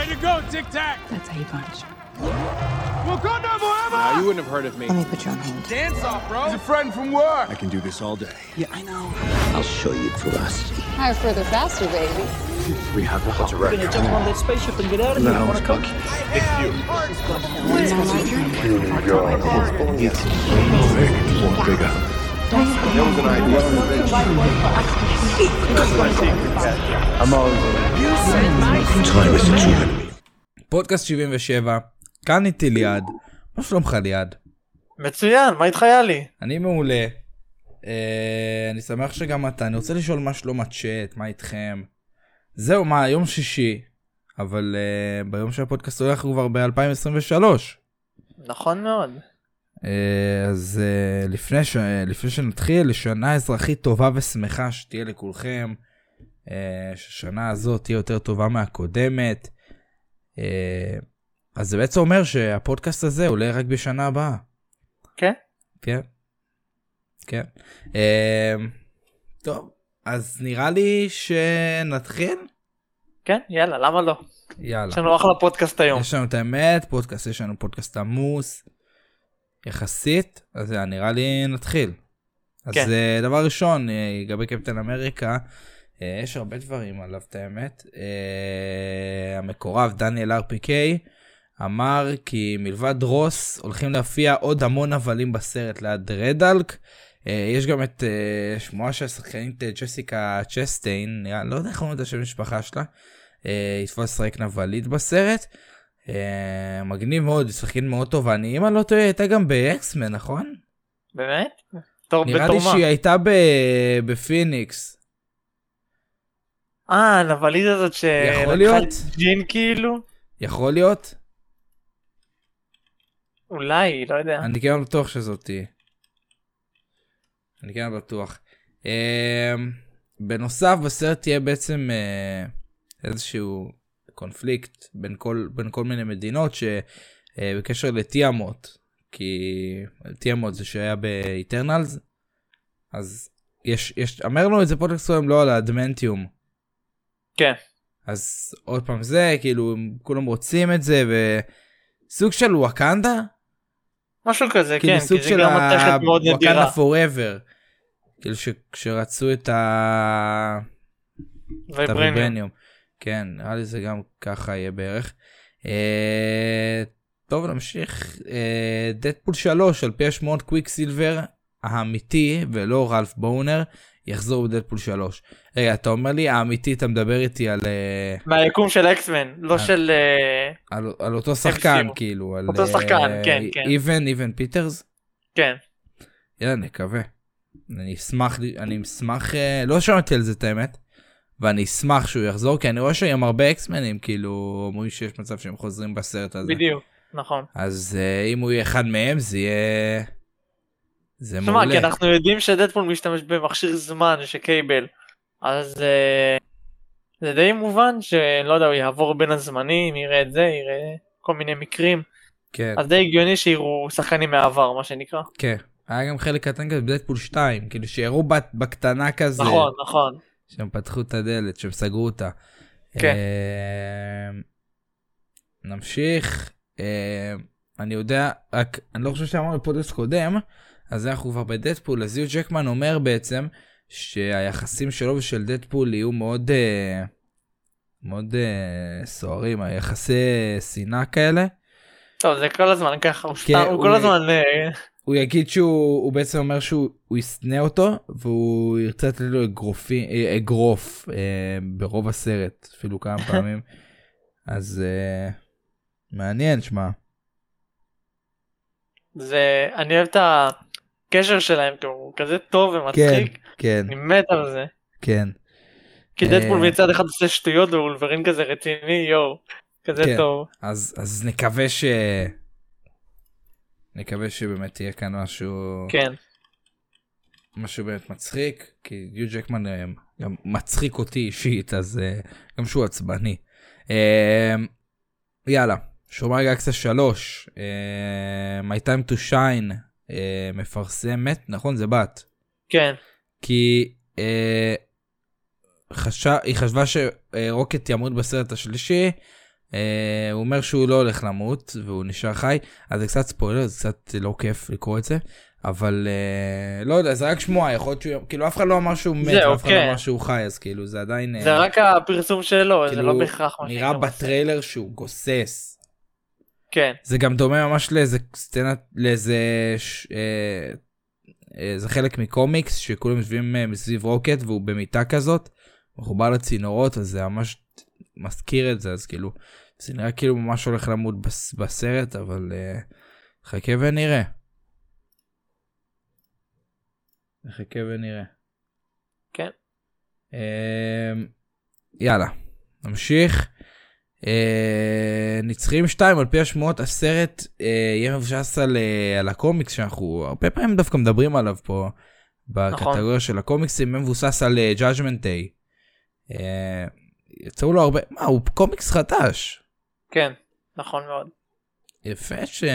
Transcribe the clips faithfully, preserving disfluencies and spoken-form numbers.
Way to go, Tic Tac! That's how you punch. Wakanda forever! Now, you wouldn't have heard of me. Let me put you on hold. Dance off, bro! He's a friend from work! I can do this all day. Yeah, I know. I'll show you ferocity. Higher, further, faster, baby. We have a We're gonna jump on that spaceship and get out of here. No, Wanna it's cook? bigger. There was an idea. I'm all Time is a true enemy. פודקאסט שבעים ושבע, כאן איתי ליעד. מה שלומך ליעד? מצוין, מה איתך יאלי? אני מעולה. אה, אני שמח שגם אתה. אני רוצה לשאול מה שלום הצ'אט, מה איתכם? זהו, מה, יום שישי, אבל אה, ביום שהפודקאסט הולך כבר ב-אלפיים עשרים ושלוש. נכון מאוד. אה, אז אה, לפני, ש... לפני שנתחיל, לשנה אזרחית טובה ושמחה שתהיה לכולכם. אה, ששנה הזאת תהיה יותר טובה מהקודמת. אה, אז זה בעצם אומר שהפודקאסט הזה עולה רק בשנה הבאה. כן? כן. כן. אה, טוב, אז נראה לי שנתחיל. כן, יאללה, למה לא? יאללה. יש לנו אחלה פודקאסט היום. יש לנו את האמת, פודקאסט, יש לנו פודקאסט עמוס, יחסית, אז זה נראה לי נתחיל. אז כן. uh, דבר ראשון, uh, לגבי קפטן אמריקה, uh, יש הרבה דברים עליו את האמת. Uh, המקורב דניאל אר פי קיי אמר כי מלבד רוס הולכים להופיע עוד המון הבלים בסרט ליד רדלק. Uh, יש גם את uh, שמועה של השחקנית ג'סיקה צ'סטיין, לא יודע איך אומרים את השם משפחה שלה, יתפוס שחק נבלית בסרט. Uh, מגניב מאוד, שחקנית מאוד טובה. אני אם אני לא טועה, הייתה גם באקסמן, נכון? באמת? טוב, נראה לי בתור מה? שהיא הייתה ב- בפיניקס. אה, הנבלית הזאת יכול להיות? ג'ין כאילו? יכול להיות? אולי, לא יודע. אני כן בטוח שזאת תהיה. אני כן בטוח. Uh, בנוסף, בסרט תהיה בעצם uh, איזשהו קונפליקט בין כל, בין כל מיני מדינות שבקשר uh, לתיאמות, כי תיאמות זה שהיה באיטרנלס, אז יש, יש, אמרנו את זה פודקאסט היום לא על האדמנטיום. כן. אז עוד פעם זה, כאילו, כולם רוצים את זה, וסוג של וואקנדה? משהו כזה, כאילו כן, סוג כי זה של גם מתכת מאוד נדירה. וואקנדה פוראבר. כאילו שרצו את ה... וייברניום. כן, נראה לי זה גם ככה יהיה בערך. אה, טוב, נמשיך. אה, דדפול שלוש, על פי השמועות קוויק סילבר האמיתי, ולא רלף בונר, יחזור בדדפול שלוש. רגע, אתה אומר לי, האמיתי, אתה מדבר איתי על... מהיקום של אקסמן, לא של... על, על אותו שחקן, כאילו. על, אותו שחקן, כן, כן. איבן, איבן פיטרס? כן. יאללה, נקווה. אני אשמח, אני אשמח, לא שמעתי על זה את האמת, ואני אשמח שהוא יחזור, כי אני רואה שהם הרבה אקסמנים, כאילו, אומרים שיש מצב שהם חוזרים בסרט הזה. בדיוק, נכון. אז אם הוא יהיה אחד מהם, זה יהיה... זה שמה, מעולה. כי אנחנו יודעים שדדפול משתמש במכשיר זמן שקייבל, אז זה די מובן שלא יודע, הוא יעבור בין הזמנים, יראה את זה, יראה כל מיני מקרים. כן. אז די הגיוני שיראו שחקנים מהעבר, מה שנקרא. כן. היה גם חלק קטן כזה בדדפול שתיים, כאילו שיראו בקטנה כזה. נכון, נכון. שהם פתחו את הדלת, שהם סגרו אותה. כן. נמשיך. אני יודע, רק אני לא חושב שאמרנו בפודקאסט קודם, אז אנחנו כבר בדדפול, אז יו ג'קמן אומר בעצם שהיחסים שלו ושל דדפול יהיו מאוד מאוד סוערים, היחסי שנאה כאלה. טוב, זה כל הזמן ככה, הוא כל הזמן... הוא יגיד שהוא, הוא בעצם אומר שהוא יסנה אותו, והוא ירצה לתת לו אגרופי, אגרוף אה, ברוב הסרט, אפילו כמה פעמים. אז אה, מעניין, שמה. זה, אני אוהב את הקשר שלהם, הוא כזה טוב ומצחיק. כן, כן. אני מת על זה. כן. כי דדפול מצד אחד עושה שטויות, ואולברין כזה רציני, יו, כזה כן. טוב. אז, אז נקווה ש... נקווה שבאמת תהיה כאן משהו... כן. משהו באמת מצחיק, כי יו ג'קמן גם מצחיק אותי אישית, אז גם שהוא עצבני. יאללה, שומר גלקסיה שלוש, My Time to Shine, מפרסמת, נכון? זה בת. כן. כי חשב, היא חשבה שרוקט ימות בסרט השלישי, אה, הוא אומר שהוא לא הולך למות, והוא נשאר חי, אז זה קצת ספוילר, זה קצת לא כיף לקרוא את זה, אבל אה, לא יודע, זה רק שמוע, יכול להיות שהוא, כאילו אף אחד לא אמר שהוא מת, זהו, ואף אחד כן. לא אמר שהוא חי, אז כאילו זה עדיין... זה אה, רק הפרסום שלו, זה כאילו, לא בהכרח מה נראה שקורה בסרט. בטריילר שהוא גוסס. כן. זה גם דומה ממש לאיזה סצנה, לאיזה... ש... אה, אה, זה חלק מקומיקס, שכולם יושבים אה, מסביב רוקט, והוא במיטה כזאת, מחובר לצינורות, אז זה ממש מזכיר את זה, אז כאילו, זה נראה כאילו ממש הולך למות בס, בסרט, אבל אה, חכה ונראה. חכה ונראה. כן. אה, יאללה, נמשיך. אה, נצחים שתיים, על פי השמועות, הסרט אה, יהיה מבושש על, אה, על הקומיקס, שאנחנו הרבה פעמים דווקא מדברים עליו פה, בקטגוריה נכון. של הקומיקסים, מבוסס על uh, Judgment Day. Uh, יצאו לו הרבה, מה, הוא קומיקס חדש. כן, נכון מאוד. יפה ש...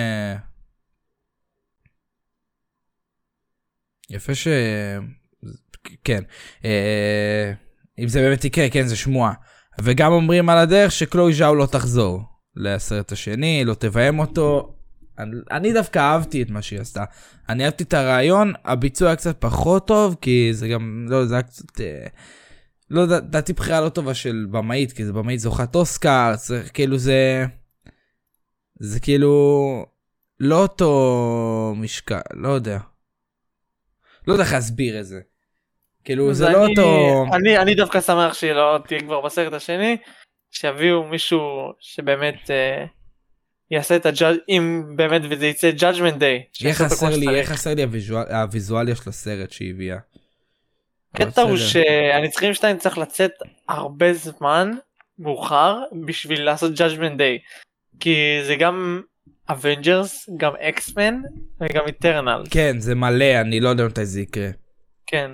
יפה ש... כן. Uh, אם זה באמת יקרה, כן, זה שמועה. וגם אומרים על הדרך שקלוי ז'או לא תחזור לסרט השני, לא תביים אותו. אני, אני דווקא אהבתי את מה שהיא עשתה. אני אהבתי את הרעיון, הביצוע היה קצת פחות טוב, כי זה גם, לא, זה היה קצת, אה, לא, דעתי בחירה לא טובה של במאית, כי זה במאית זוכת אוסקר, זה כאילו זה, זה כאילו, לא אותו משקע, לא יודע. לא יודע איך להסביר את זה. כאילו, זה, זה לא אני, אותו... אני, אני דווקא שמח שהיא לא תהיה כבר בסרט השני, שיביאו מישהו שבאמת... אה... יעשה את הג'אג' אם באמת וזה יצא Judgment Day. איך חסר לי, איך חסר לי הוויזואליה של הסרט שהיא הביאה. קטע הוא שהנצחים שתיים צריך לצאת הרבה זמן מאוחר בשביל לעשות Judgment Day. כי זה גם Avengers, גם X-Men וגם Eternals. כן, זה מלא, אני לא יודע מתי זה יקרה. כן.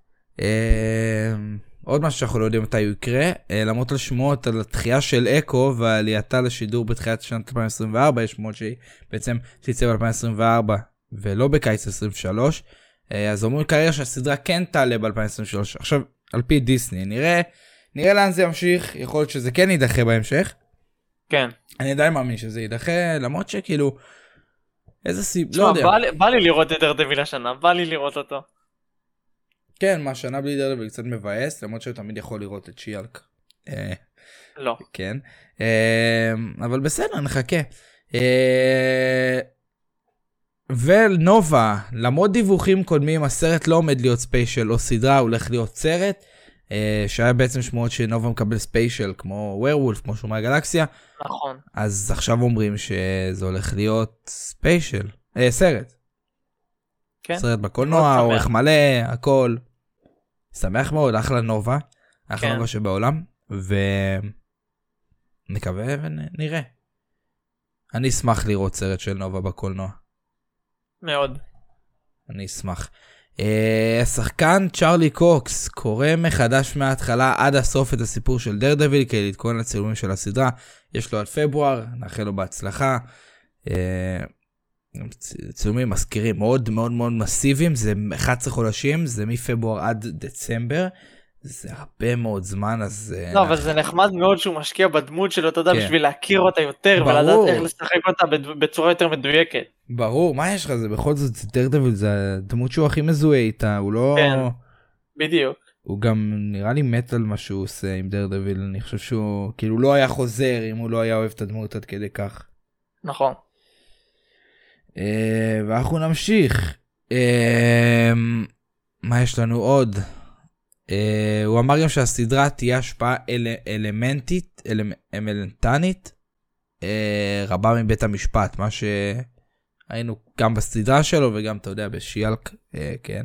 עוד משהו שאנחנו לא יודעים מתי הוא יקרה, למרות לשמועות על התחייה של אקו ועלייתה לשידור בתחילת שנת אלפיים עשרים וארבע, יש שמועות שהיא בעצם תצא ב-אלפיים עשרים וארבע ולא בקיץ עשרים ושלוש, אז אומרים כרגע שהסדרה כן תעלה ב-אלפיים עשרים ושלוש, עכשיו על פי דיסני, נראה, נראה לאן זה ימשיך, יכול להיות שזה כן יידחה בהמשך. כן. אני עדיין מאמין שזה יידחה, למרות שכאילו, איזה סיב, לא יודע. בא, בא לי לראות את דרדוויל השנה, בא לי לראות אותו. כן, מה שנה בלי דרדוויל קצת מבאס, למרות שהוא תמיד יכול לראות את שיאלק. לא. כן. אבל בסדר, נחכה. ונובה, למרות דיווחים קודמים, הסרט לא עומד להיות ספיישל או סדרה, הוא הולך להיות סרט, שהיה בעצם שמועות שנובה מקבל ספיישל, כמו ווירוולף, כמו שומרי הגלקסיה. נכון. אז עכשיו אומרים שזה הולך להיות ספיישל, סרט. כן. סרט בקולנוע, עורך מלא, הכל. שמח מאוד, אחלה נובה, אחלה כן. נובה שבעולם, ונקווה ונראה. אני אשמח לראות סרט של נובה בקולנוע. מאוד. אני אשמח. השחקן צ'רלי קוקס קורא מחדש מההתחלה עד הסוף את הסיפור של דרדוויל, כדי להתכונן לצילומים של הסדרה. יש לו עד פברואר, נאחל לו בהצלחה. צילומים מזכירים מאוד מאוד מאוד מסיביים, זה אחד עשר חודשים, זה מפברואר עד דצמבר, זה הרבה מאוד זמן, אז... לא, אבל זה נחמד מאוד שהוא משקיע בדמות שלו, אתה יודע, בשביל להכיר אותה יותר, ולדעת איך לשחק אותה בצורה יותר מדויקת. ברור, מה יש לך? זה בכל זאת, דרדוויל, זה הדמות שהוא הכי מזוהה איתה, הוא לא... כן, בדיוק. הוא גם נראה לי מת על מה שהוא עושה עם דרדוויל, אני חושב שהוא כאילו לא היה חוזר אם הוא לא היה אוהב את הדמות עד כדי כך. נכון. ואנחנו נמשיך. מה יש לנו עוד? הוא אמר גם שהסדרה תהיה השפעה אלמנטית, אלמנטנית, רבה מבית המשפט, מה שהיינו גם בסדרה שלו וגם, אתה יודע, בשיאלק, כן.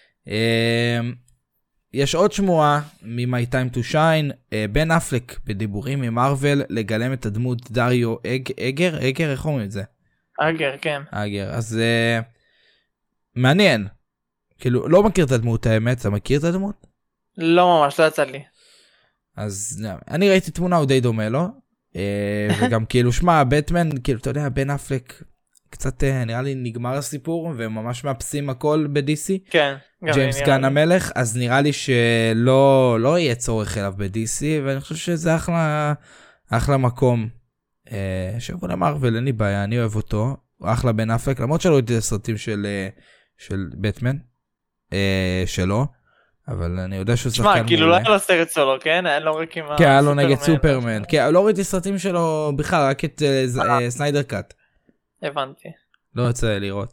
יש עוד שמועה מ-My Time to Shine, בן אפלק בדיבורים עם מארוול לגלם את הדמות דריו אגר, אגר, איך אומרים את זה? אגר, כן. אגר, אז מעניין. כאילו, לא מכיר את הדמות האמת, אתה מכיר את הדמות? לא ממש, לא יצא לי. אז אני ראיתי תמונה, הוא די דומה לו, וגם כאילו, שמה, בטמן, כאילו, אתה יודע, בן אפלק, קצת נראה לי נגמר הסיפור, וממש מאפסים הכל ב-די סי. כן. ג'יימס גן המלך, אז נראה לי שלא לא יהיה צורך אליו ב-די סי, ואני חושב שזה אחלה, אחלה מקום שיבוא למרוול, אין לי בעיה, אני אוהב אותו, הוא אחלה בן אפלק, למרות שלא ראיתי את הסרטים של, של בטמן, שלו, אבל אני יודע שהוא שחקן מעולה. תשמע, כאילו לא היה לו סרט סולו, כן? היה לו רק עם הסופרמן. כן, היה לו נגד סופרמן, כן, לא ראיתי סרטים שלו בכלל, רק את סניידר קאט. הבנתי. לא יוצא לראות.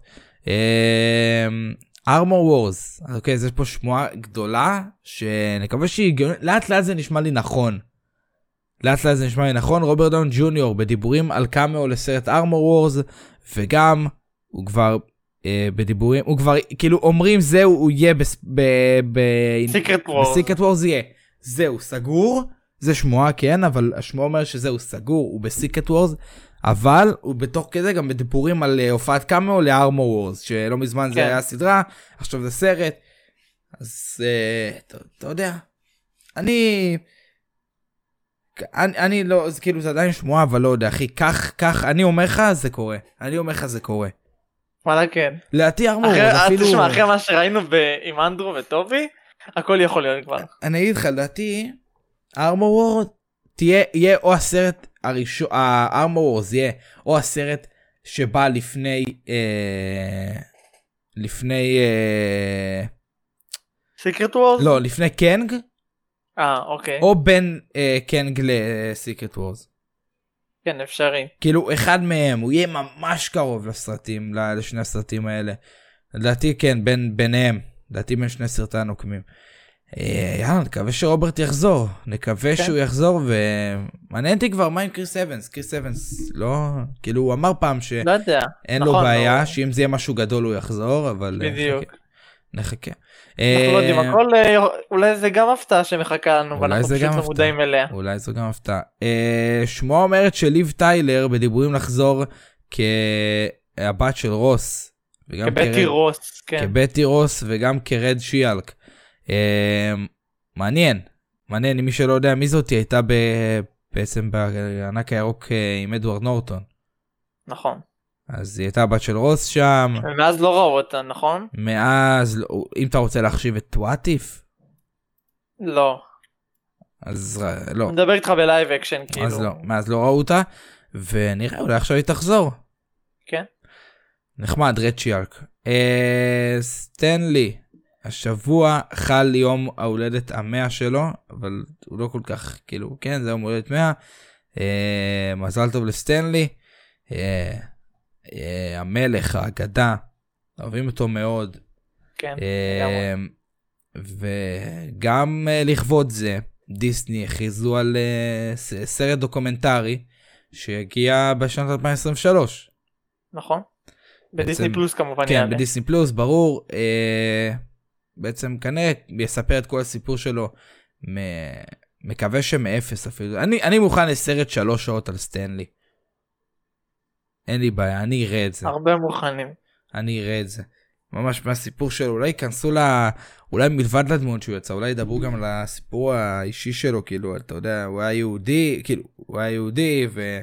ארמור וורס, אוקיי, יש פה שמועה גדולה, שנקווה שהיא, לאט לאט זה נשמע לי נכון. לאט לאט זה נשמע לי נכון, רוברט דאון ג'וניור בדיבורים על קאמאו לסרט ארמור וורס, וגם הוא כבר אה, בדיבורים, הוא כבר כאילו אומרים זהו, הוא יהיה בסיקרט וורס. בסיקרט וורס יהיה. זהו, סגור, זה שמועה כן, אבל השמועה אומר שזהו סגור, הוא בסיקרט וורס, אבל הוא בתוך כזה גם בדיבורים על הופעת קאמאו לארמור וורס, שלא מזמן כן. זה היה סדרה, עכשיו זה סרט, אז אה, אתה, אתה יודע, אני... אני, אני לא, זה כאילו זה עדיין שמועה, אבל לא יודע, אחי, כך, כך, אני אומר לך, זה קורה. אני אומר לך, זה קורה. וואלה, כן. לדעתי ארמור, זה אפילו... תשמע, אחרי מה שראינו עם אנדרו וטובי, הכל יכול להיות כבר. אני אגיד לך, לדעתי, ארמור, תהיה, יהיה או הסרט הראשון, הארמור, זה יהיה, או הסרט שבא לפני, אה, לפני, אה... סיקרט וורס? לא, לפני קנג. אה, אוקיי. או בין אה, קנג לסיקרט וורס. כן, אפשרי. כאילו, אחד מהם, הוא יהיה ממש קרוב לסרטים, לשני הסרטים האלה. לדעתי, כן, בין, ביניהם. לדעתי בין שני סרטי הנוקמים. אה, יאללה, נקווה שרוברט יחזור. נקווה כן. שהוא יחזור, ומעניין אותי כבר מה עם קריס אבנס. קריס אבנס, לא... כאילו, הוא אמר פעם שאין לא יודע. נכון, לו בעיה, לא... שאם זה יהיה משהו גדול הוא יחזור, אבל... בדיוק. נחכה. אנחנו לא יודעים הכל, אולי זה גם הפתעה שמחכה לנו, ואנחנו פשוט לא מודעים אליה. אולי זו גם הפתעה. שמועה אומרת שליב טיילר בדיבורים לחזור כהבת של רוס. כבטי רוס, כן. כבטי רוס וגם כרד שיאלק. מעניין, מעניין, אם מי שלא יודע מי זאת, היא הייתה בעצם בענק הירוק עם אדוארד נורטון. נכון. אז היא הייתה הבת של רוס שם. מאז לא ראו אותה, נכון? מאז, אם אתה רוצה להחשיב את וואטיף? לא. אז לא. אני מדבר איתך בלייב אקשן, כאילו. אז לא, מאז לא ראו אותה, ונראה, אולי עכשיו היא תחזור. כן. נחמד, רד שיארק. אה, סטנלי, השבוע חל יום ההולדת המאה שלו, אבל הוא לא כל כך, כאילו, כן, זה יום ההולדת מאה. אה, מזל טוב לסטנלי. אה, Uh, המלך, האגדה, אוהבים אותו מאוד. כן, uh, וגם uh, לכבוד זה, דיסני הכריזו על uh, סרט דוקומנטרי שיגיע בשנת אלפיים עשרים ושלוש. נכון. בדיסני בעצם, פלוס כמובן. כן, יעלה. בדיסני פלוס, ברור. Uh, בעצם כנראה יספר את כל הסיפור שלו, מ- מקווה שמאפס אפילו. אני, אני מוכן לסרט שלוש שעות על סטנלי. אין לי בעיה, אני אראה את זה. הרבה מוכנים. אני אראה את זה. ממש מהסיפור שלו, אולי ייכנסו לה, אולי מלבד לדמות שהוא יצא, אולי ידברו גם על הסיפור האישי שלו, כאילו, אתה יודע, הוא היה יהודי, כאילו, הוא היה יהודי, ו...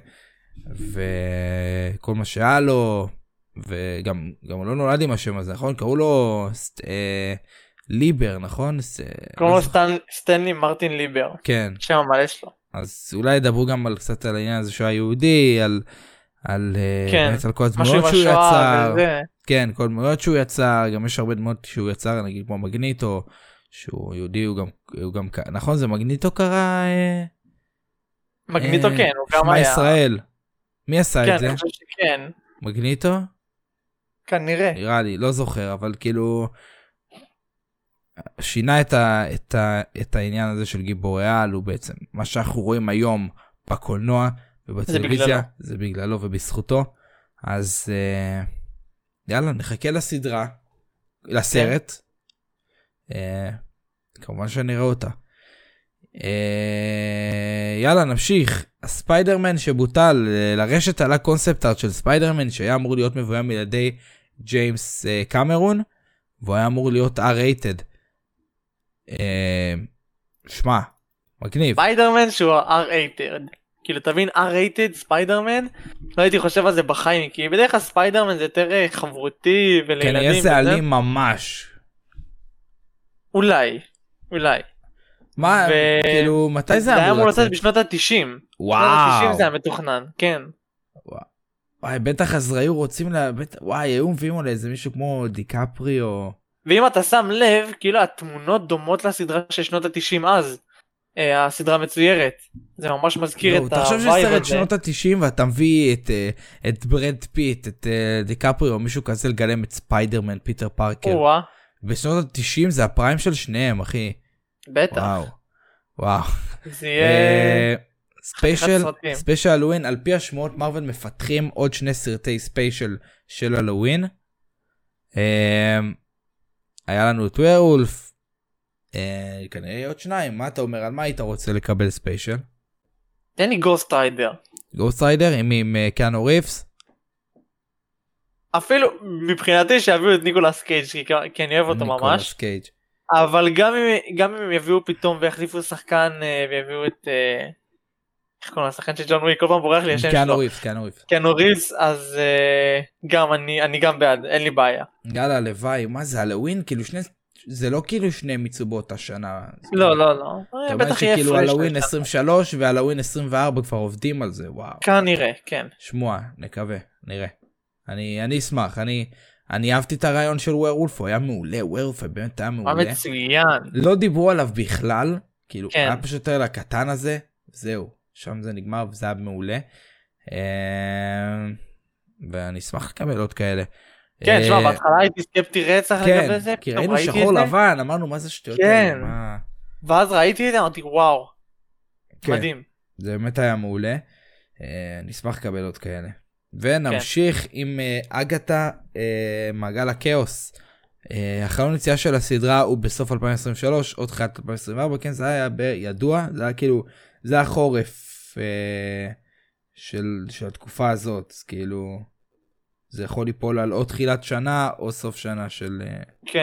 וכל מה שהיה לו, וגם גם הוא לא נולד עם השם הזה, נכון? קראו לו אה, ליבר, נכון? קראו לו סטנ... סטנלי מרטין ליבר. כן. שם המלא שלו. אז אולי ידברו גם על קצת על העניין הזה שהוא היה יהודי, על... על, כן, באמת, על כל הדמויות שהוא יצר, וזה. כן, כל הדמויות שהוא יצר, גם יש הרבה דמות שהוא יצר, נגיד כמו מגניטו, שהוא יהודי, הוא גם, הוא גם, נכון, זה מגניטו קרא, מגניטו אה, כן, הוא גם היה. ישראל, מי עשה כן, את זה? אני חושב שכן. מגניטו? כנראה. נראה לי, לא זוכר, אבל כאילו, שינה את, ה, את, ה, את העניין הזה של גיבורי על, הוא בעצם, מה שאנחנו רואים היום בקולנוע, ובטלוויזיה, זה בגללו ובזכותו. אז uh, יאללה, נחכה לסדרה, לסרט. Uh, כמובן שנראה אותה. Uh, יאללה, נמשיך. הספיידרמן שבוטל, לרשת עלה קונספט ארט של ספיידרמן, שהיה אמור להיות מבוים על ידי ג'יימס uh, קמרון, והוא היה אמור להיות אר-רייטד. Uh, שמה, מגניב. ספיידרמן שהוא אר-רייטד. כאילו תבין אר-רייטד ספיידרמן, לא הייתי חושב על זה בחיים, כי בדרך כלל ספיידרמן זה יותר חברותי ולילדים. כן, יהיה זה אלים ממש. אולי, אולי. מה, כאילו, מתי זה היה אמור אמור לצאת? לצאת בשנות ה-תשעים. וואו. בשנות ה-תשעים זה היה מתוכנן, כן. וואי, בטח אז היו רוצים לה... וואי, היו מביאים עולה איזה מישהו כמו דיקפרי או... ואם אתה שם לב, כאילו התמונות דומות לסדרה של שנות ה-תשעים אז. הסדרה מצוירת. זה ממש מזכיר את הווייב הזה. תחשוב שסרט שנות ה-תשעים ואתה מביא את ברד פיט, את דיקפרי או מישהו כזה לגלם את ספיידרמן, פיטר פארקר. בשנות ה-תשעים זה הפריים של שניהם, אחי. בטח. וואו. וואו. זה יהיה... ספיישל, ספיישל הלווין, על פי השמועות מרוול מפתחים עוד שני סרטי ספיישל של הלווין. היה לנו את ווירולף, כנראה עוד שניים. מה אתה אומר, על מה היית רוצה לקבל ספיישל? תן לי גוסט ריידר. גוסט ריידר עם קיאנו ריבס? אפילו מבחינתי שיביאו את ניקולס קייג' כי אני אוהב אותו ממש. ניקולס קייג'. אבל גם אם, גם אם הם יביאו פתאום ויחליפו שחקן ויביאו את... איך קוראים לשחקן של ג'ון וויק, כל פעם בורח לי השם שלו. קיאנו ריבס, קיאנו ריבס. קיאנו ריבס, אז גם אני, אני גם בעד, אין לי בעיה. יאללה, לוואי, מה זה, הלווין? כאילו שני, זה לא כאילו שניהם יצאו באותה שנה. לא, לא, לא. אתה אומר שכאילו הלווין עשרים ושלוש והלווין עשרים וארבע כבר עובדים על זה, וואו. כנראה, כן. שמוע, נקווה, נראה. אני, אני אשמח, אני, אני אהבתי את הרעיון של ווירולף, הוא היה מעולה, ווירולף באמת היה מעולה. מצוין. לא דיברו עליו בכלל, כאילו, היה פשוט יותר לקטן הזה, זהו. שם זה נגמר וזה היה מעולה. ואני אשמח לקבל עוד כאלה. כן, שמע, בהתחלה הייתי סקפטי רצח לגבי זה. כן, כי ראינו שחור לבן, אמרנו מה זה שטויות. כן, ואז ראיתי את זה, אמרתי וואו, מדהים. זה באמת היה מעולה. אני אשמח לקבל עוד כאלה. ונמשיך עם אגתה, מעגל הכאוס. החלון יציאה של הסדרה הוא בסוף אלפיים עשרים ושלוש, עוד תחילת אלפיים עשרים וארבע, כן, זה היה בידוע, זה היה כאילו, זה החורף אה, של, של התקופה הזאת, אז כאילו, זה יכול ליפול על או תחילת שנה או סוף שנה של... אה... כן.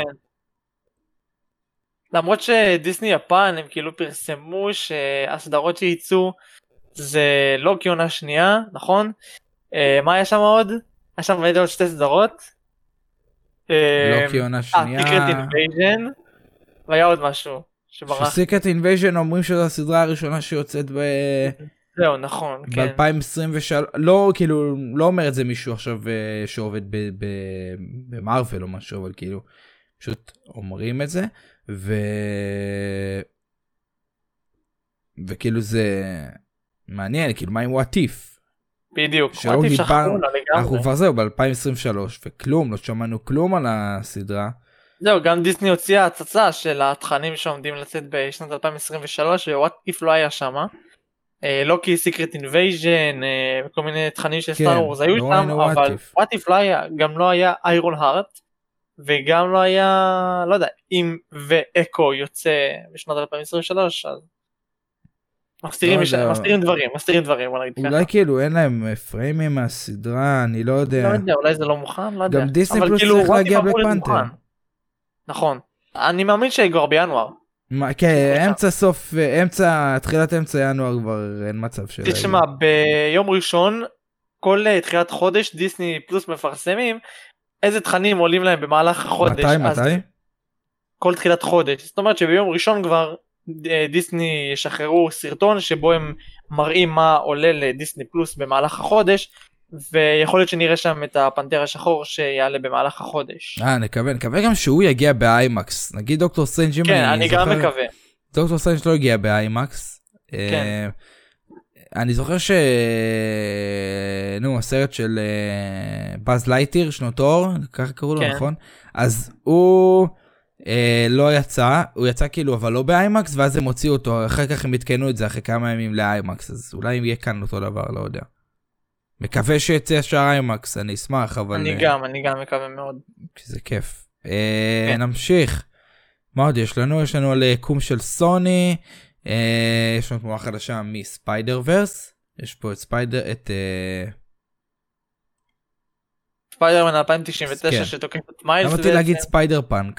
למרות שדיסני יפן הם כאילו פרסמו שהסדרות שייצאו זה לא כעונה שנייה, נכון? אה, מה היה שם עוד? היה שם עוד שתי סדרות. לא כעונה שנייה. סיקרט אינבייז'ן, והיה עוד משהו שברח. סיקרט אינבייז'ן אומרים שזו הסדרה הראשונה שיוצאת ב... זהו, נכון, כן. ב-אלפיים עשרים ושלוש, לא, כאילו, לא אומר את זה מישהו עכשיו שעובד במרוול או משהו, אבל כאילו, פשוט אומרים את זה, ו... וכאילו זה מעניין, כאילו, מה עם וואטיף? בדיוק, וואטיף שכחו לה לגמרי. אנחנו כבר זהו, ב-אלפיים עשרים ושלוש, וכלום, לא שמענו כלום על הסדרה. זהו, גם דיסני הוציאה הצצה של התכנים שעומדים לצאת בשנת אלפיים עשרים ושלוש, ווואטיף לא היה שמה. לא כי סיקרט אינבייז'ן וכל מיני תכנים של סטאר וורס היו שם, אבל וואטיף לא היה, גם לא היה איירון הארט, וגם לא היה, לא יודע, אם ואקו יוצא בשנת אלפיים עשרים ושלוש, אז מסתירים דברים, מסתירים דברים, בוא נגיד ככה. אולי כאילו אין להם פריימים מהסדרה, אני לא יודע. לא יודע, אולי זה לא מוכן, לא יודע. גם דיסני פלוס צריך להגיע בלק פנתר. נכון, אני מאמין שיגור בינואר. כן, אמצע סוף, אמצע, תחילת אמצע ינואר כבר אין מצב של... תשמע, ביום ראשון, כל תחילת חודש דיסני פלוס מפרסמים איזה תכנים עולים להם במהלך החודש. מתי, מתי? כל תחילת חודש. זאת אומרת שביום ראשון כבר דיסני ישחררו סרטון שבו הם מראים מה עולה לדיסני פלוס במהלך החודש, ויכול להיות שנראה שם את הפנתר השחור שיעלה במהלך החודש. אה, נקווה, נקווה גם שהוא יגיע באיימקס. נגיד דוקטור סטרנג' כן, אני גם מקווה. דוקטור סטרנג' לא הגיע באיימקס. כן. אני זוכר ש... נו, הסרט של באז לייטיר, שנות אור, ככה קראו לו, נכון? אז הוא לא יצא, הוא יצא כאילו, אבל לא באיימקס, ואז הם הוציאו אותו, אחר כך הם התקנו את זה אחרי כמה ימים לאיימקס, אז אולי יהיה כאן אותו דבר, לא יודע. מקווה שיצא ישר איימקס, אני אשמח, אבל... אני גם, אני גם מקווה מאוד. כי זה כיף. נמשיך. מה עוד יש לנו? יש לנו על קום של סוני, יש לנו תמונה חדשה מספיידר ורס, יש פה את ספיידר, את... ספיידרמן אלפיים תשעים ותשע שתוקף את מיילס. למה אותי להגיד ספיידר פאנק?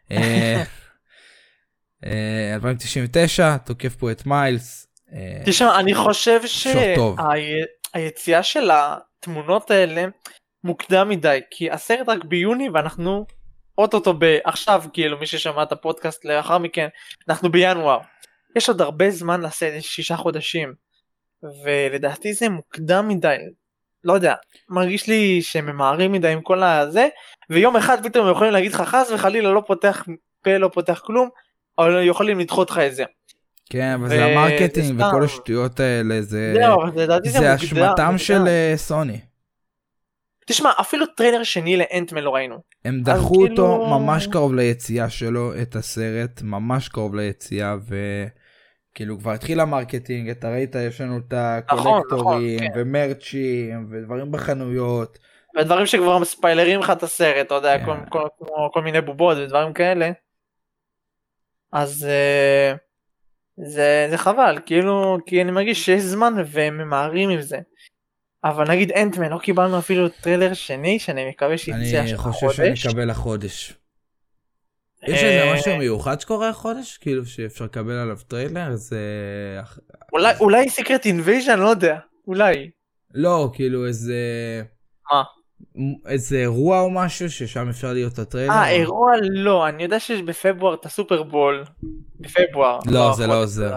אלפיים תשעים ותשע, תוקף פה את מיילס. תשמע, אני חושב שהיציאה של התמונות האלה מוקדם מדי, כי הסרט רק ביוני ואנחנו אוטוטו עכשיו, כאילו מי ששמע את הפודקאסט לאחר מכן, אנחנו בינואר. יש עוד הרבה זמן לעשות שישה חודשים, ולדעתי זה מוקדם מדי, לא יודע, מרגיש לי שהם ממהרים מדי עם כל הזה, ויום אחד פתאום הם יכולים להגיד לך חס וחלילה לא פותח פה, לא פותח כלום, אבל יכולים לדחות לך את זה. כן, אבל זה המרקטינג וכל השטויות האלה, זה זה אשמתם של סוני. תשמע, אפילו טריילר שני לאנטמן לא ראינו. הם דחו אותו ממש קרוב ליציאה שלו, את הסרט, ממש קרוב ליציאה, וכאילו כבר התחיל המרקטינג, אתה ראית, יש לנו את הקולקטורים, ומרצ'ים, ודברים בחנויות. ודברים שכבר מספיילרים לך את הסרט, אתה יודע, כל מיני בובות ודברים כאלה. אז זה חבל, כאילו, כי אני מרגיש שיש זמן והם ממהרים עם זה. אבל נגיד אנטמן, לא קיבלנו אפילו טריילר שני, שאני מקווה שיצא אני חושב שאני אקבל החודש. יש איזה משהו מיוחד שקורה החודש? כאילו שאפשר לקבל עליו טריילר? זה... אולי סיקרט אינבייז'ן, לא יודע. אולי. לא, כאילו איזה... מה? איזה אירוע או משהו ששם אפשר להיות את הטריילר? אה, אירוע לא. אני יודע שיש בפברואר את הסופרבול. בפברואר. לא, זה לא עוזר.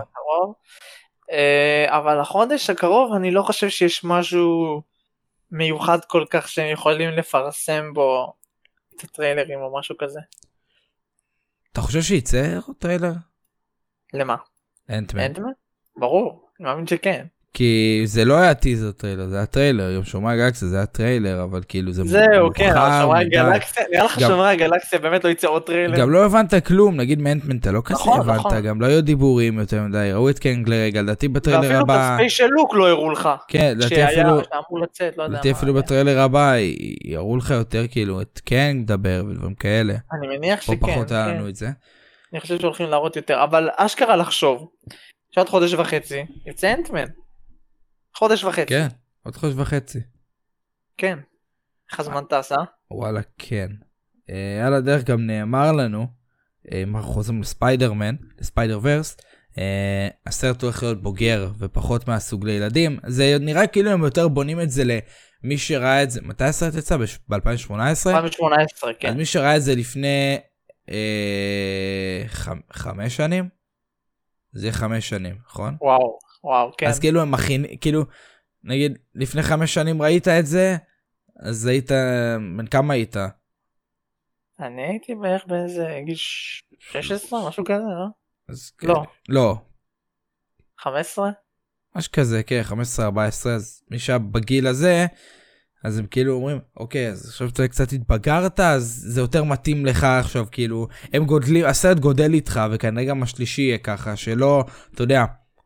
אבל החודש הקרוב אני לא חושב שיש משהו מיוחד כל כך שהם יכולים לפרסם בו את הטריילרים או משהו כזה. אתה חושב שיצא טריילר? למה? אנטמן. אנטמן? ברור, אני מאמין שכן. כי זה לא היה טיזר טריילר, זה היה טריילר, יום שומרי הגלקסיה זה היה טריילר, אבל כאילו זה מוכר. זהו, כן, שומרי הגלקסיה, נראה לך שומרי הגלקסיה באמת לא יצא עוד טריילר. גם לא הבנת כלום, נגיד מאנטמן אתה לא כזה הבנת, גם לא היו דיבורים יותר מדי, ראו את קנג לרגע, לדעתי בטריילר הבא... ואפילו את הספיישל לוק לא הראו לך. כן, לדעתי אפילו... שאמור לצאת, לא יודע מה. לדעתי אפילו בטריילר הבא יראו לך יותר כאילו את קנג מדבר ודברים כאלה. אני מניח שכן. פה פחות היה לנו את זה. אני חושב שהולכים להראות יותר, אבל אשכרה לחשוב, שעוד חודש וחצי, יצא אנטמן. חודש וחצי. כן, עוד חודש וחצי. כן. איך הזמן טס, אה? וואלה, כן. אה, על הדרך גם נאמר לנו, אה, אנחנו חוזרים לספיידרמן, לספיידר ורס, אה, הסרט הולך להיות בוגר ופחות מהסוג לילדים, זה נראה כאילו הם יותר בונים את זה למי שראה את זה, מתי הסרט יצא? ב-אלפיים שמונה עשרה? אלפיים שמונה עשרה, כן. אז מי שראה את זה לפני אה, ח- חמש שנים? זה יהיה חמש שנים, נכון? וואו. וואו, כן. אז כאילו הם מכינים, כאילו, נגיד, לפני חמש שנים ראית את זה, אז היית, בין כמה היית? אני הייתי בערך באיזה גיל שש עשרה, משהו כזה, לא? אז לא. כן. לא. חמש עשרה? משהו כזה, כן, חמש עשרה ארבע עשרה, אז מי שהיה בגיל הזה, אז הם כאילו אומרים, אוקיי, אז עכשיו אתה קצת התבגרת, אז זה יותר מתאים לך עכשיו, כאילו, הם גודלים, הסרט גודל איתך, וכנראה גם השלישי יהיה ככה, שלא, אתה יודע,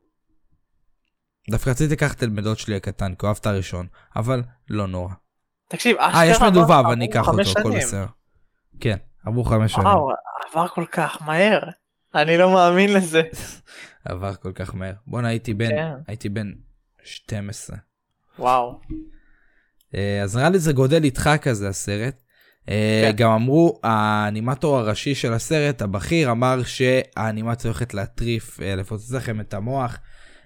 דווקא רציתי לקחת תלמידות שלי הקטן, כי אוהב את הראשון, אבל לא נורא. תקשיב, אה, יש מדובב, אני אקח אותו, הכל בסדר. כן, עברו חמש שנים. וואו, עבר כל כך מהר. אני לא מאמין לזה. עבר כל כך מהר. בוא'נה, הייתי בן, הייתי בן שתים עשרה. וואו. אז נראה לי זה גודל איתך כזה הסרט. גם אמרו, האנימטור הראשי של הסרט, הבכיר, אמר שהאנימציה הולכת להטריף, לפוצץ לכם את המוח.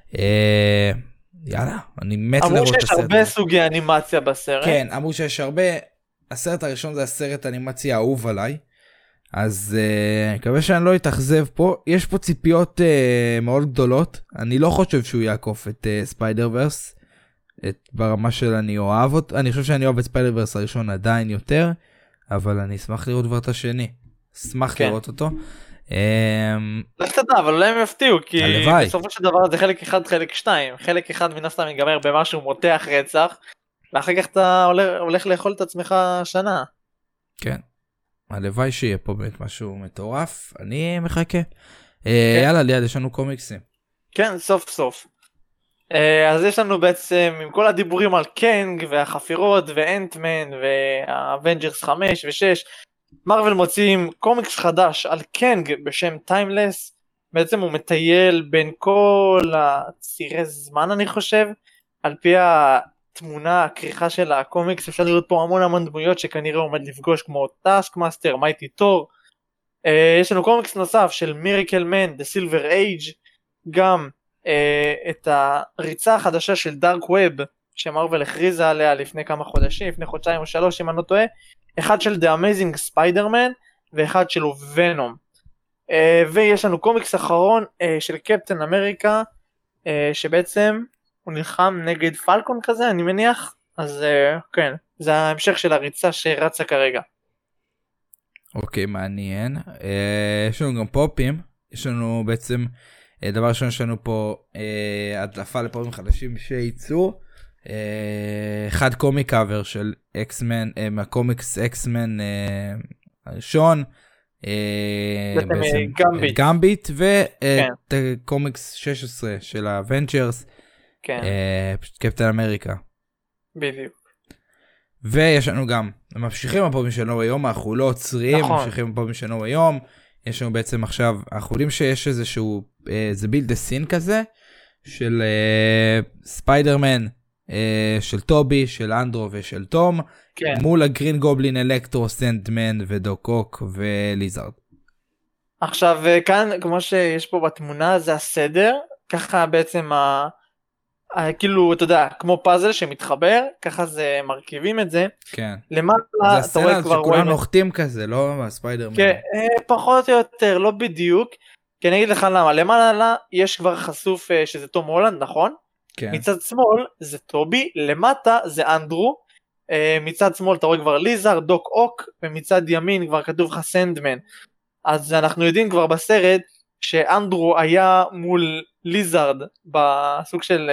יאללה, אני מת לראות את הסרט. אמרו שיש הרבה סוגי אנימציה בסרט. כן, אמרו שיש הרבה. הסרט הראשון זה הסרט אנימציה האהוב עליי. אז אני מקווה שאני לא אתאכזב פה. יש פה ציפיות מאוד גדולות. אני לא חושב שהוא יעקוף את ספיידר ורס. ברמה של אני אוהב אותו. אני חושב שאני אוהב את ספיידר ורס הראשון עדיין יותר. אבל אני אשמח לראות כבר את השני. אשמח לראות אותו. לך תדע, אבל אולי הם יפתיעו, כי בסופו של דבר זה חלק אחד, חלק שתיים. חלק אחד מן הסתם ייגמר במשהו מותח רצח, ואחר כך אתה הולך לאכול את עצמך שנה. כן, הלוואי שיהיה פה באמת משהו מטורף, אני מחכה. יאללה, ליד, יש לנו קומיקסים. כן, סוף סוף. אז יש לנו בעצם, עם כל הדיבורים על קנג והחפירות ואנטמן והאבנג'רס חמש ושש, מרוול מוציאים קומיקס חדש על קנג בשם טיימלס. בעצם הוא מטייל בין כל הצירי זמן, אני חושב, על פי התמונה הכריכה של הקומיקס. אפשר לראות פה המון המון דמויות שכנראה עומד לפגוש, כמו טאסק מאסטר, מייטי תור. יש לנו קומיקס נוסף של מירקל מן, The Silver Age, גם את הריצה החדשה של דארק ווב שמרוול הכריזה עליה לפני כמה חודשים, לפני חודשיים או שלוש אם אני לא טועה, אחד של The Amazing Spider-Man ואחד של ונום. ויש לנו קומיקס אחרון של קפטן אמריקה, שבעצם הוא נלחם נגד פלקון כזה, אני מניח, אז כן, זה ההמשך של הריצה שרצה כרגע. אוקיי, מעניין. יש לנו גם פופים, יש לנו בעצם, דבר ראשון יש לנו פה הדלפה לפופים חדשים שייצאו, אחד קומיק קאבר של אקסמן, מהקומיקס אקסמן הראשון, גמביט, גמביט ואת קומיקס שש עשרה של האבנג'רס, קפטן אמריקה. בדיוק. ויש לנו גם, ממשיכים הפופים שלנו היום, אנחנו לא עוצרים, ממשיכים הפופים שלנו היום, יש לנו בעצם עכשיו, אנחנו יודעים שיש איזשהו, זה בילד הסין כזה, של ספיידרמן, של טובי, של אנדרו ושל תום, כן. מול הגרין גובלין, אלקטרו, סנדמן ודוק אוק וליזארד. עכשיו כאן, כמו שיש פה בתמונה, זה הסדר, ככה בעצם ה... כאילו, אתה יודע, כמו פאזל שמתחבר, ככה זה מרכיבים את זה. כן. למטה, אתה רואה כבר שכולם נוחתים כזה, לא הספיידרמן. כן, פחות או יותר, לא בדיוק. כי אני אגיד לך למה, למעלה יש כבר חשוף שזה תום הולנד, נכון? כן. מצד שמאל זה טובי, למטה זה אנדרו, מצד שמאל אתה רואה כבר ליזר, דוק אוק, ומצד ימין כבר כתוב לך סנדמן. אז אנחנו יודעים כבר בסרט, שאנדרו היה מול ליזרד בסוג של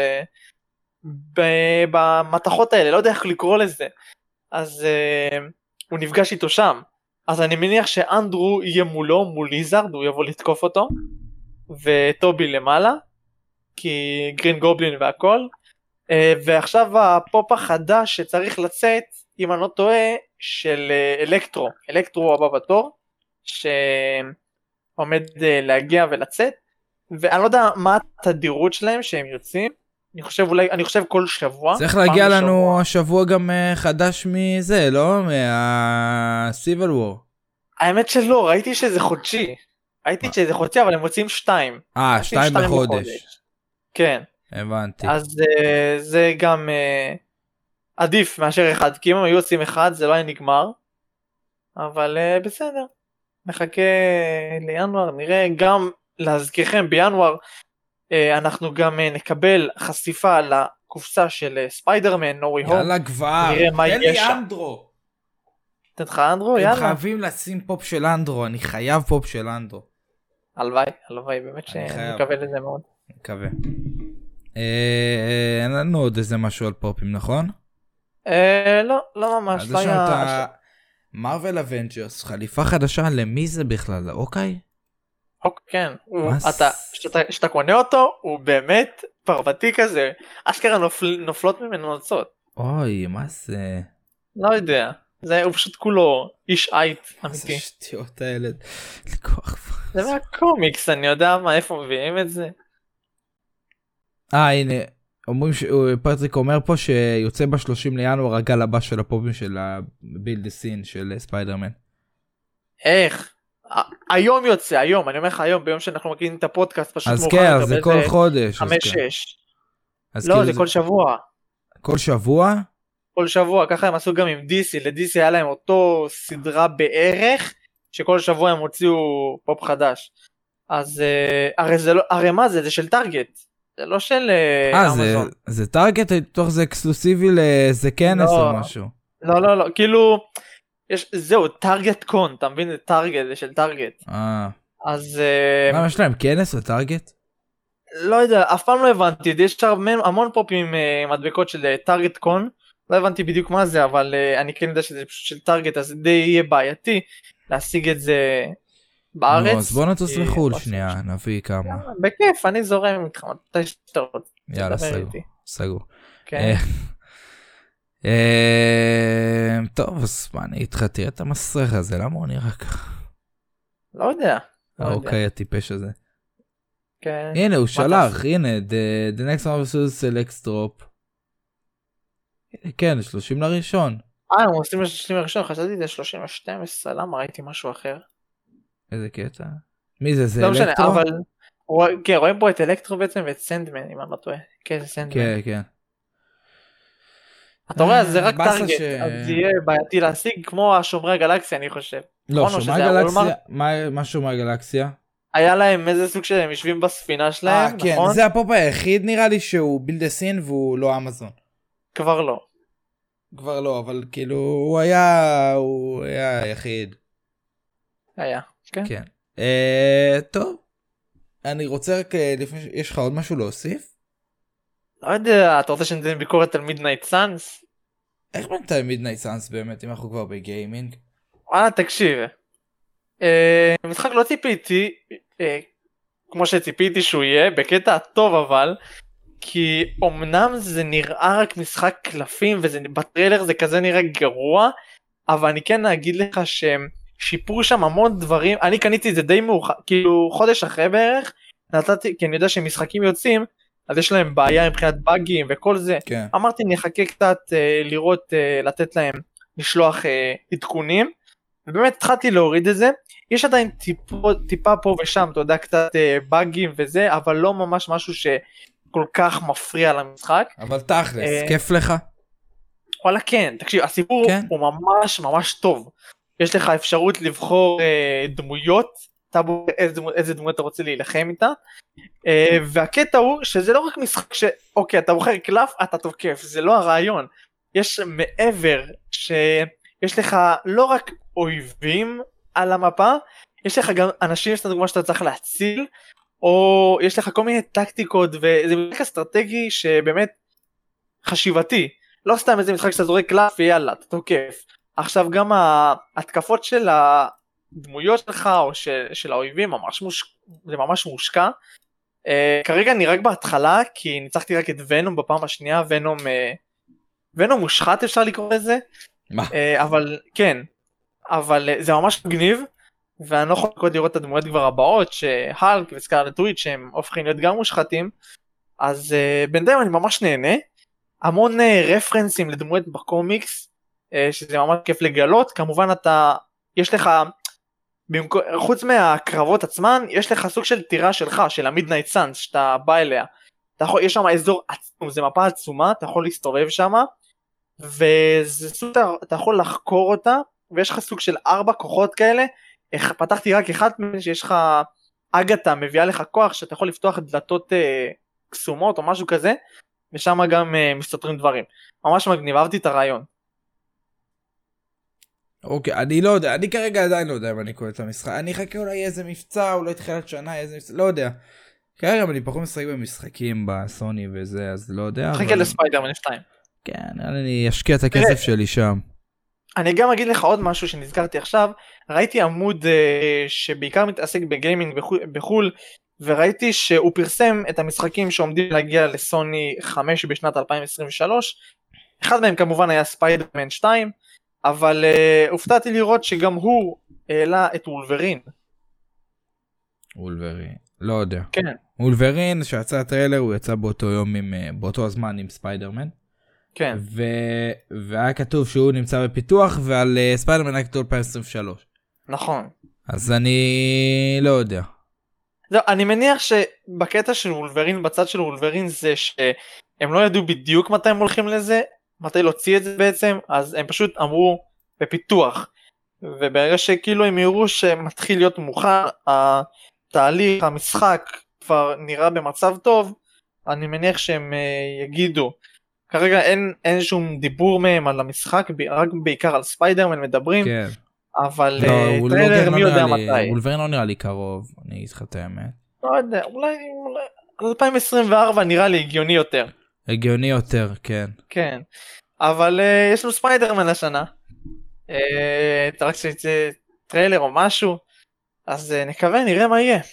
במתחות האלה, לא יודע איך לקרוא לזה, אז uh, הוא נפגש איתו שם, אז אני מניח שאנדרו יהיה מולו, מול ליזרד, הוא יבוא לתקוף אותו, וטובי למעלה, כי גרין גובלין והכל, uh, ועכשיו הפופ החדש שצריך לצאת, אם אני לא טועה, של uh, אלקטרו, אלקטרו הבא בתור, ש... עומד להגיע ולצאת, ואני לא יודע מה התדירות שלהם שהם יוצאים, אני חושב אולי, אני חושב כל שבוע. צריך להגיע לנו השבוע גם חדש מזה, לא? מהסיבל וור. האמת שלא, ראיתי שזה חודשי, ראיתי שזה חודשי, אבל הם מוצאים שתיים. אה, שתיים בחודש. כן. הבנתי. אז זה גם עדיף מאשר אחד, כי אם הם היו עושים אחד זה לא היה נגמר, אבל בסדר. נחכה לינואר, נראה גם להזכירכם בינואר אנחנו גם נקבל חשיפה לקופסה של ספיידרמן No Way Home. יאללה כבר, תן לי אנדרו. תן לך אנדרו, יאללה. הם חייבים לשים פופ של אנדרו, אני חייב פופ של אנדרו. הלוואי, הלוואי, באמת שאני מקווה לזה מאוד. מקווה. אין לנו עוד איזה משהו על פופים, נכון? לא, לא ממש. אז יש לנו את ה... מרוול אבנג'רס, חליפה חדשה, למי זה בכלל? אוקיי? אוקיי, כן. כשאתה קונה אותו, הוא באמת פרוותי כזה. אשכרה נופלות ממנו נוצות. אוי, מה זה? לא יודע. הוא פשוט כולו איש אייט אמיתי. זה שטויות האלה. זה מהקומיקס, אני יודע מה, איפה מביאים את זה. אה, הנה. אומרים שפטריק אומר פה שיוצא ב-שלושים לינואר הגל הבא של הפופים של הבילד הסין של ספיידרמן. איך? היום יוצא, היום, אני אומר לך היום, ביום שאנחנו מקליטים את הפודקאסט, פשוט אז כן, זה כל חודש. חמש שש. לא, זה כל שבוע. כל שבוע? כל שבוע, ככה הם עשו גם עם די סי, ל-די סי היה להם אותו סדרה בערך, שכל שבוע הם הוציאו פופ חדש. אז הרי מה זה? זה של טארגט. זה לא של אמזון. זה טארגט, תוך זה אקסקלוסיבי לאיזה כנס או משהו. לא, לא, לא, כאילו, זהו, טארגט קון, אתה מבין? זה טארגט, זה של טארגט. אה. אז... מה, יש להם כנס לטארגט? לא יודע, אף פעם לא הבנתי, יש המון פופים עם מדבקות של טארגט קון, לא הבנתי בדיוק מה זה, אבל אני כן יודע שזה פשוט של טארגט, אז די יהיה בעייתי להשיג את זה... בארץ. אז בוא נטוס לחול שנייה, נביא כמה. בכיף, אני זורם איתך, מתי שאתה רוצה. יאללה, סגור. סגור. טוב, אז מה, אני איתך, תראה את המסריח הזה, למה הוא נראה ככה? לא יודע. אוקיי, הטיפש הזה. הנה, הוא שלח, הנה, The Next Marvel Studios Select Drop. כן, שלושים לראשון. אה, הם עושים ל-שלושים לראשון, חשבתי זה שלושים ל-שתים עשרה, למה ראיתי משהו אחר? איזה קטע? מי זה? זה לא אלקטרו? משנה, אבל... כן, רואים פה את אלקטרו בעצם ואת סנדמן, אם אני לא טועה. כן, זה סנדמן. כן, כן. אתה רואה, זה רק טארגט, אז זה יהיה בעייתי להשיג, כמו השומרי הגלקסיה, אני חושב. לא, שומרי הגלקסיה, מה שומרי הגלקסיה? היה להם איזה סוג שהם יושבים בספינה שלהם, אה, כן, נכון? זה הפופ היחיד נראה לי שהוא בילד הסין והוא לא אמזון. כבר לא. כבר לא, אבל כאילו הוא היה, הוא היה היחיד. היה, כן. כן. אה, טוב. אני רוצה רק, לפני, יש לך עוד משהו להוסיף? לא יודע, אתה רוצה שניתן ביקורת על מידנייט סאנס? איך בינתיים מידנייט סאנס באמת, אם אנחנו כבר בגיימינג? וואלה, תקשיב. אה, משחק לא ציפיתי, אה, כמו שציפיתי שהוא יהיה, בקטע טוב אבל, כי אמנם זה נראה רק משחק קלפים, ובטריילר זה כזה נראה גרוע, אבל אני כן אגיד לך שהם שיפרו שם המון דברים, אני קניתי את זה די מאוחר, כאילו חודש אחרי בערך, נתתי, כי אני יודע שמשחקים יוצאים, אז יש להם בעיה מבחינת באגים וכל זה, כן. אמרתי נחכה קצת אה, לראות, אה, לתת להם לשלוח אה, עדכונים, ובאמת התחלתי להוריד את זה, יש עדיין טיפו, טיפה פה ושם, אתה יודע, קצת אה, באגים וזה, אבל לא ממש משהו שכל כך מפריע למשחק. אבל תכלס, אה, כיף לך? וואלה כן, תקשיב, הסיפור כן. הוא ממש ממש טוב, יש לך אפשרות לבחור אה, דמויות, אתה בוחר איזה, דמו, איזה דמות אתה רוצה להילחם איתה, אה, והקטע הוא שזה לא רק משחק שאוקיי, אתה בוחר קלף, אתה תוקף, זה לא הרעיון, יש מעבר שיש לך לא רק אויבים על המפה, יש לך גם אנשים שאתה דוגמה שאתה צריך להציל, או יש לך כל מיני טקטיקות, וזה משחק אסטרטגי שבאמת חשיבתי, לא סתם איזה משחק שאתה זורק קלף ויאללה, אתה תוקף. עכשיו גם ההתקפות של הדמויות שלך או של, של האויבים ממש מוש... זה ממש מושקע. Uh, כרגע אני רק בהתחלה כי ניצחתי רק את ונום בפעם השנייה, ונום uh, ונום מושחת אפשר לקרוא לזה. מה? Uh, אבל כן, אבל uh, זה ממש מגניב, ואני לא יכול לקרוא לראות את הדמויות כבר הבאות שהלק וסקארלט וויץ' שהם הופכים להיות גם מושחתים, אז uh, בינתיים אני ממש נהנה, המון uh, רפרנסים לדמויות בקומיקס, שזה ממש כיף לגלות, כמובן אתה, יש לך, במקו, חוץ מהקרבות עצמן, יש לך סוג של טירה שלך, של המידנייט סאנס, שאתה בא אליה, אתה יכול, יש שם אזור עצום, זה מפה עצומה, אתה יכול להסתובב שם, וזה סוג, אתה, אתה יכול לחקור אותה, ויש לך סוג של ארבע כוחות כאלה, פתחתי רק אחד מהם, שיש לך אגתה, מביאה לך כוח, שאתה יכול לפתוח דלתות אה, קסומות, או משהו כזה, ושם גם אה, מסתתרים דברים, ממש מגניב, אהבתי את הרעיון. אוקיי, אני לא יודע, אני כרגע עדיין לא יודע אם אני קורא את המשחק, אני אחכה אולי איזה מבצע, אולי תחילת שנה, איזה מבצע, לא יודע. כרגע אני פחות משחק במשחקים בסוני וזה, אז לא יודע. חכה לספיידרמן שתיים. כן, אני אשקיע את הכסף שלי שם. אני גם אגיד לך עוד משהו שנזכרתי עכשיו, ראיתי עמוד שבעיקר מתעסק בגיימינג בחול, וראיתי שהוא פרסם את המשחקים שעומדים להגיע לסוני חמש בשנת אלפיים עשרים ושלוש, אחד מהם כמובן היה ספיידרמן שתיים, אבל uh, הופתעתי לראות שגם הוא העלה את וולברין. וולברין, לא יודע. כן. וולברין, שיצא הטריילר, הוא יצא באותו יום, עם, באותו הזמן עם ספיידרמן. כן. ו... והיה כתוב שהוא נמצא בפיתוח, ועל uh, ספיידרמן היה כתוב אלפיים עשרים ושלוש. נכון. אז אני לא יודע. לא, אני מניח שבקטע של וולברין, בצד של וולברין, זה שהם לא ידעו בדיוק מתי הם הולכים לזה, מתי להוציא את זה בעצם, אז הם פשוט אמרו בפיתוח, וברגע שכאילו הם יראו שמתחיל להיות מוכן, התהליך, המשחק כבר נראה במצב טוב, אני מניח שהם יגידו, כרגע אין, אין שום דיבור מהם על המשחק, רק בעיקר על ספיידרמן מדברים, כן. אבל לא, טריילר מי יודע לי, מתי. וולברין לא נראה לי קרוב, אני אגיד לך את האמת. לא יודע, אולי, אולי אלפיים עשרים וארבע נראה לי הגיוני יותר. הגיוני יותר, כן. כן, אבל uh, יש לנו ספיידרמן השנה, uh, רק שיצא טריילר או משהו, אז uh, נקווה, נראה מה יהיה.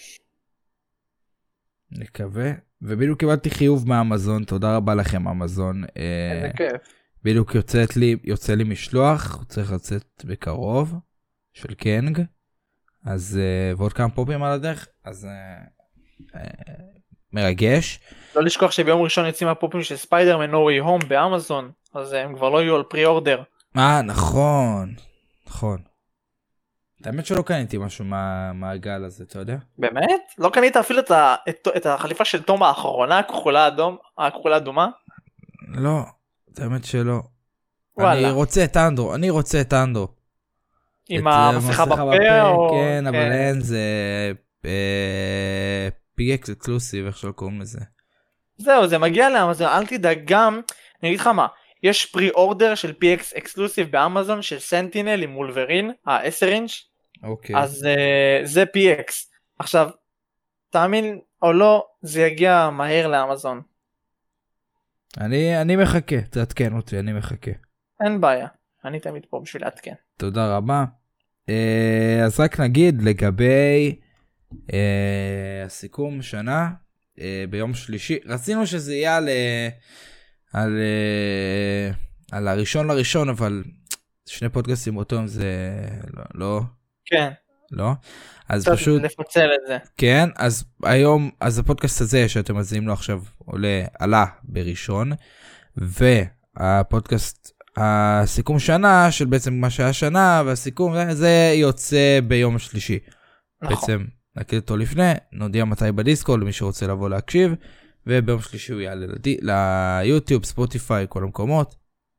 נקווה, ובדיוק קיבלתי חיוב מאמזון, תודה רבה לכם אמזון. איזה uh, כיף. בדיוק יוצאת לי, יוצא לי משלוח, הוא צריך לצאת בקרוב, של קנג, אז uh, ועוד כמה פופים על הדרך, אז uh, uh, מרגש. לא לשכוח שביום ראשון יוצאים הפופים של ספיידרמן No Way Home באמזון, אז הם כבר לא יהיו על פרי אורדר. אה, נכון, נכון. האמת שלא קניתי משהו מה, מהגל הזה, אתה יודע? באמת? לא קנית אפילו את, ה, את, את החליפה של תום האחרונה, הכחולה אדום, הכחולה אדומה? לא, האמת שלא. וואלה. אני רוצה את אנדרו, אני רוצה את אנדרו. עם המסכה בפה או... כן, אבל אין, זה פי אקס אקסקלוסיב, איך שלא קוראים לזה. זהו, זה מגיע לאמזון, אל תדאג גם, אני אגיד לך מה, יש פרי אורדר של פי אקס אקסקלוסיב באמזון של סנטינל עם וולברין, ה-עשר אינץ', אוקיי. אז uh, זה פי אקס. עכשיו, תאמין או לא, זה יגיע מהר לאמזון. אני, אני מחכה, תעדכן אותי, אני מחכה. אין בעיה, אני תמיד פה בשביל להתקן. תודה רבה. אז רק נגיד לגבי הסיכום שנה, ביום שלישי, רצינו שזה יהיה על, על, על הראשון לראשון, אבל שני פודקאסטים באותו יום זה לא, לא. כן. לא? אז פשוט לפצל את זה. כן, אז היום, אז הפודקאסט הזה שאתם מזינים לו עכשיו עולה, עלה בראשון, והפודקאסט, הסיכום שנה של בעצם מה שהיה שנה, והסיכום זה יוצא ביום השלישי. נכון. בעצם נקליט אותו לפני, נודיע מתי בדיסקו למי שרוצה לבוא להקשיב, וביום שלישי הוא יעלה לדי, ליוטיוב, ספוטיפיי, כל המקומות.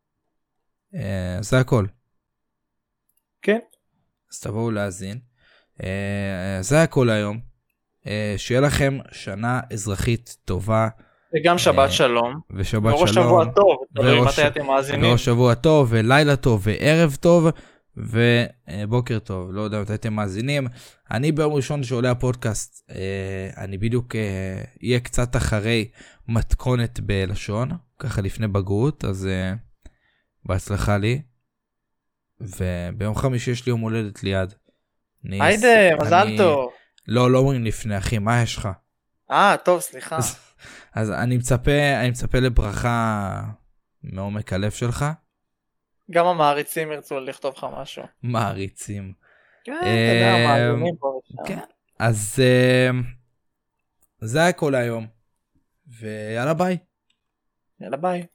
זה הכל. כן. אז תבואו להאזין. זה הכל היום. שיהיה לכם שנה אזרחית טובה. וגם שבת שלום. ושבת שלום. וראש שבוע טוב. תלוי מתי אתם מאזינים. וראש שבוע טוב, ולילה טוב, וערב טוב, ובוקר טוב. לא יודע מתי אתם מאזינים. אני ביום ראשון שעולה הפודקאסט, אני בדיוק אהיה קצת אחרי מתכונת בלשון, ככה לפני בגרות, אז בהצלחה לי. וביום חמישי יש לי יום הולדת ליד. היידה, מזל טוב. לא, לא אומרים לפני, אחי, מה יש לך? אה, טוב, סליחה. אז אני מצפה, אני מצפה לברכה מעומק הלב שלך. גם המעריצים ירצו לכתוב לך משהו. מעריצים. כן, אתה יודע, מעריצים פה ושם. כן, אז זה הכל היום. ויאללה ביי. יאללה ביי.